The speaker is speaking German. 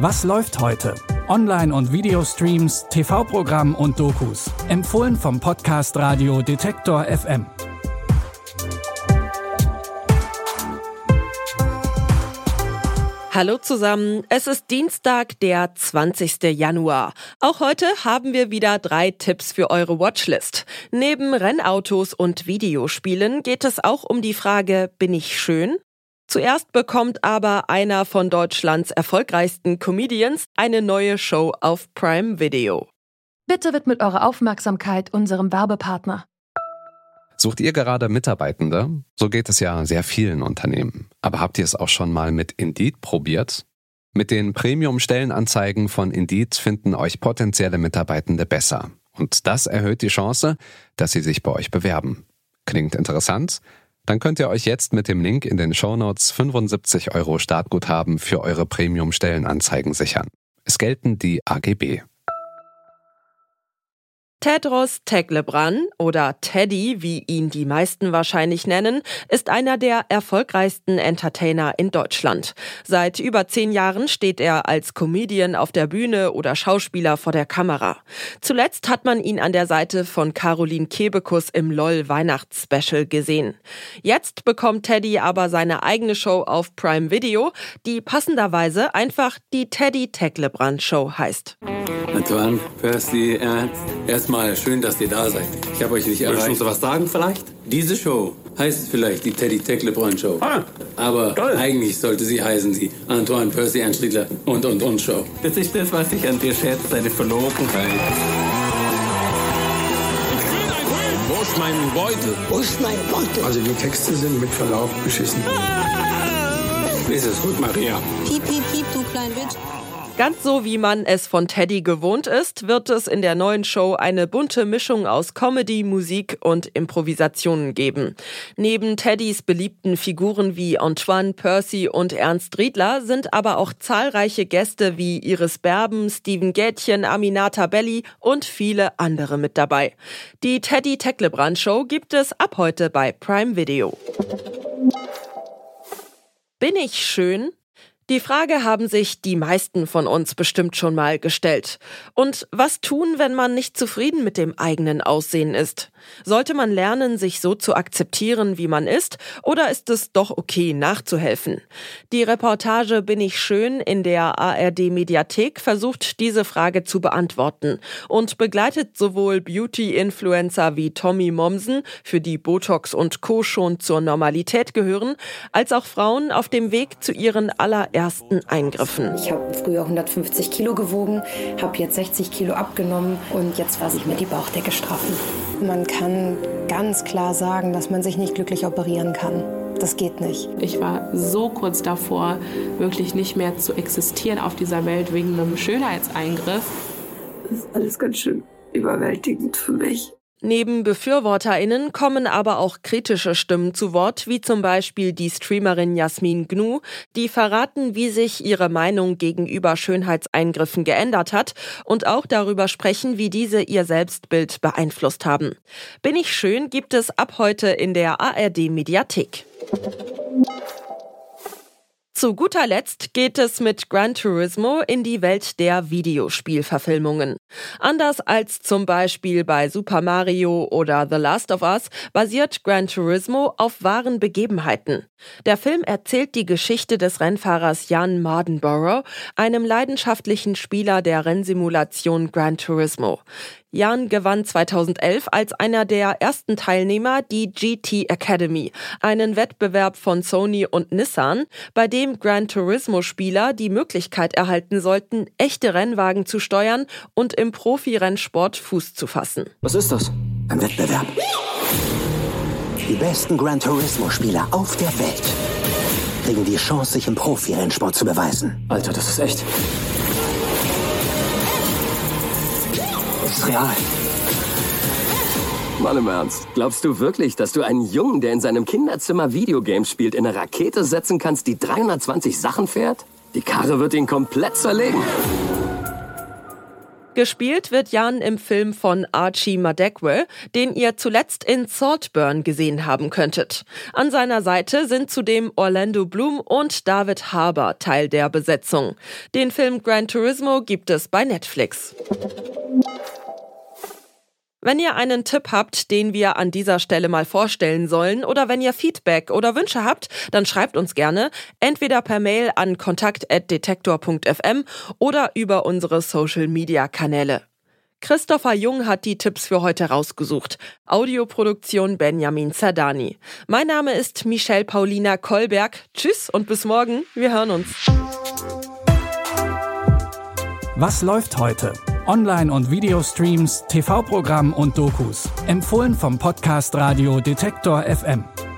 Was läuft heute? Online- und Videostreams, TV-Programm und Dokus. Empfohlen vom Podcast Radio Detektor FM. Hallo zusammen, es ist Dienstag, der 20. Januar. Auch heute haben wir wieder 3 Tipps für eure Watchlist. Neben Rennautos und Videospielen geht es auch um die Frage, bin ich schön? Zuerst bekommt aber einer von Deutschlands erfolgreichsten Comedians eine neue Show auf Prime Video. Bitte widmet eure Aufmerksamkeit unserem Werbepartner. Sucht ihr gerade Mitarbeitende? So geht es ja sehr vielen Unternehmen. Aber habt ihr es auch schon mal mit Indeed probiert? Mit den Premium-Stellenanzeigen von Indeed finden euch potenzielle Mitarbeitende besser. Und das erhöht die Chance, dass sie sich bei euch bewerben. Klingt interessant? Dann könnt ihr euch jetzt mit dem Link in den Shownotes 75 € Startguthaben für eure Premium-Stellenanzeigen sichern. Es gelten die AGB. Tedros Teglebran oder Teddy, wie ihn die meisten wahrscheinlich nennen, ist einer der erfolgreichsten Entertainer in Deutschland. Seit über 10 Jahren steht er als Comedian auf der Bühne oder Schauspieler vor der Kamera. Zuletzt hat man ihn an der Seite von Caroline Kebekus im LOL-Weihnachtsspecial gesehen. Jetzt bekommt Teddy aber seine eigene Show auf Prime Video, die passenderweise einfach die Teddy Teglebran Show heißt. Antoine, Percy, Ernst, erstmal schön, dass ihr da seid. Ich habe euch nicht erreicht. Willst du was sagen vielleicht? Diese Show heißt vielleicht die Teddy Teglebran Show. Aber toll. Eigentlich sollte sie heißen die Antoine, Percy, Ernst Riedler und Show. Das ist das, was ich an dir schätze, deine Verlogenheit. Wo ist mein Beutel? Wo ist mein Beutel? Also die Texte sind mit Verlaub beschissen. Ist es gut, Maria? Piep, piep, piep, du klein Bitch. Ganz so wie man es von Teddy gewohnt ist, wird es in der neuen Show eine bunte Mischung aus Comedy, Musik und Improvisationen geben. Neben Teddys beliebten Figuren wie Antoine, Percy und Ernst Riedler sind aber auch zahlreiche Gäste wie Iris Berben, Steven Gätchen, Aminata Belli und viele andere mit dabei. Die Teddy Teglebran Show gibt es ab heute bei Prime Video. Bin ich schön? Die Frage haben sich die meisten von uns bestimmt schon mal gestellt. Und was tun, wenn man nicht zufrieden mit dem eigenen Aussehen ist? Sollte man lernen, sich so zu akzeptieren, wie man ist, oder ist es doch okay, nachzuhelfen? Die Reportage Bin ich schön in der ARD-Mediathek versucht, diese Frage zu beantworten und begleitet sowohl Beauty-Influencer wie Tommy Mommsen, für die Botox und Co. schon zur Normalität gehören, als auch Frauen auf dem Weg zu ihren allerersten Eingriffen. Ich habe früher 150 Kilo gewogen, habe jetzt 60 Kilo abgenommen und jetzt lasse ich mir die Bauchdecke straffen. Man kann ganz klar sagen, dass man sich nicht glücklich operieren kann. Das geht nicht. Ich war so kurz davor, wirklich nicht mehr zu existieren auf dieser Welt wegen einem Schönheitseingriff. Das ist alles ganz schön überwältigend für mich. Neben BefürworterInnen kommen aber auch kritische Stimmen zu Wort, wie zum Beispiel die Streamerin Jasmin Gnu, die verraten, wie sich ihre Meinung gegenüber Schönheitseingriffen geändert hat und auch darüber sprechen, wie diese ihr Selbstbild beeinflusst haben. Bin ich schön gibt es ab heute in der ARD-Mediathek. Zu guter Letzt geht es mit Gran Turismo in die Welt der Videospielverfilmungen. Anders als zum Beispiel bei Super Mario oder The Last of Us basiert Gran Turismo auf wahren Begebenheiten. Der Film erzählt die Geschichte des Rennfahrers Jan Mardenborough, einem leidenschaftlichen Spieler der Rennsimulation Gran Turismo. Jan gewann 2011 als einer der ersten Teilnehmer die GT Academy, einen Wettbewerb von Sony und Nissan, bei dem Gran Turismo-Spieler die Möglichkeit erhalten sollten, echte Rennwagen zu steuern und im Profi-Rennsport Fuß zu fassen. Was ist das? Ein Wettbewerb. Die besten Gran Turismo-Spieler auf der Welt kriegen die Chance, sich im Profi-Rennsport zu beweisen. Alter, das ist echt. Das ist real. Mal im Ernst. Glaubst du wirklich, dass du einen Jungen, der in seinem Kinderzimmer Videogames spielt, in eine Rakete setzen kannst, die 320 Sachen fährt? Die Karre wird ihn komplett zerlegen. Gespielt wird Jan im Film von Archie Madekwe, den ihr zuletzt in Saltburn gesehen haben könntet. An seiner Seite sind zudem Orlando Bloom und David Harbour Teil der Besetzung. Den Film Gran Turismo gibt es bei Netflix. Wenn ihr einen Tipp habt, den wir an dieser Stelle mal vorstellen sollen, oder wenn ihr Feedback oder Wünsche habt, dann schreibt uns gerne, entweder per Mail an kontakt@detektor.fm oder über unsere Social-Media-Kanäle. Christopher Jung hat die Tipps für heute rausgesucht. Audioproduktion Benjamin Zerdani. Mein Name ist Michelle Paulina Kolberg. Tschüss und bis morgen. Wir hören uns. Was läuft heute? Online- und Videostreams, TV-Programm und Dokus. Empfohlen vom Podcast Radio Detektor FM.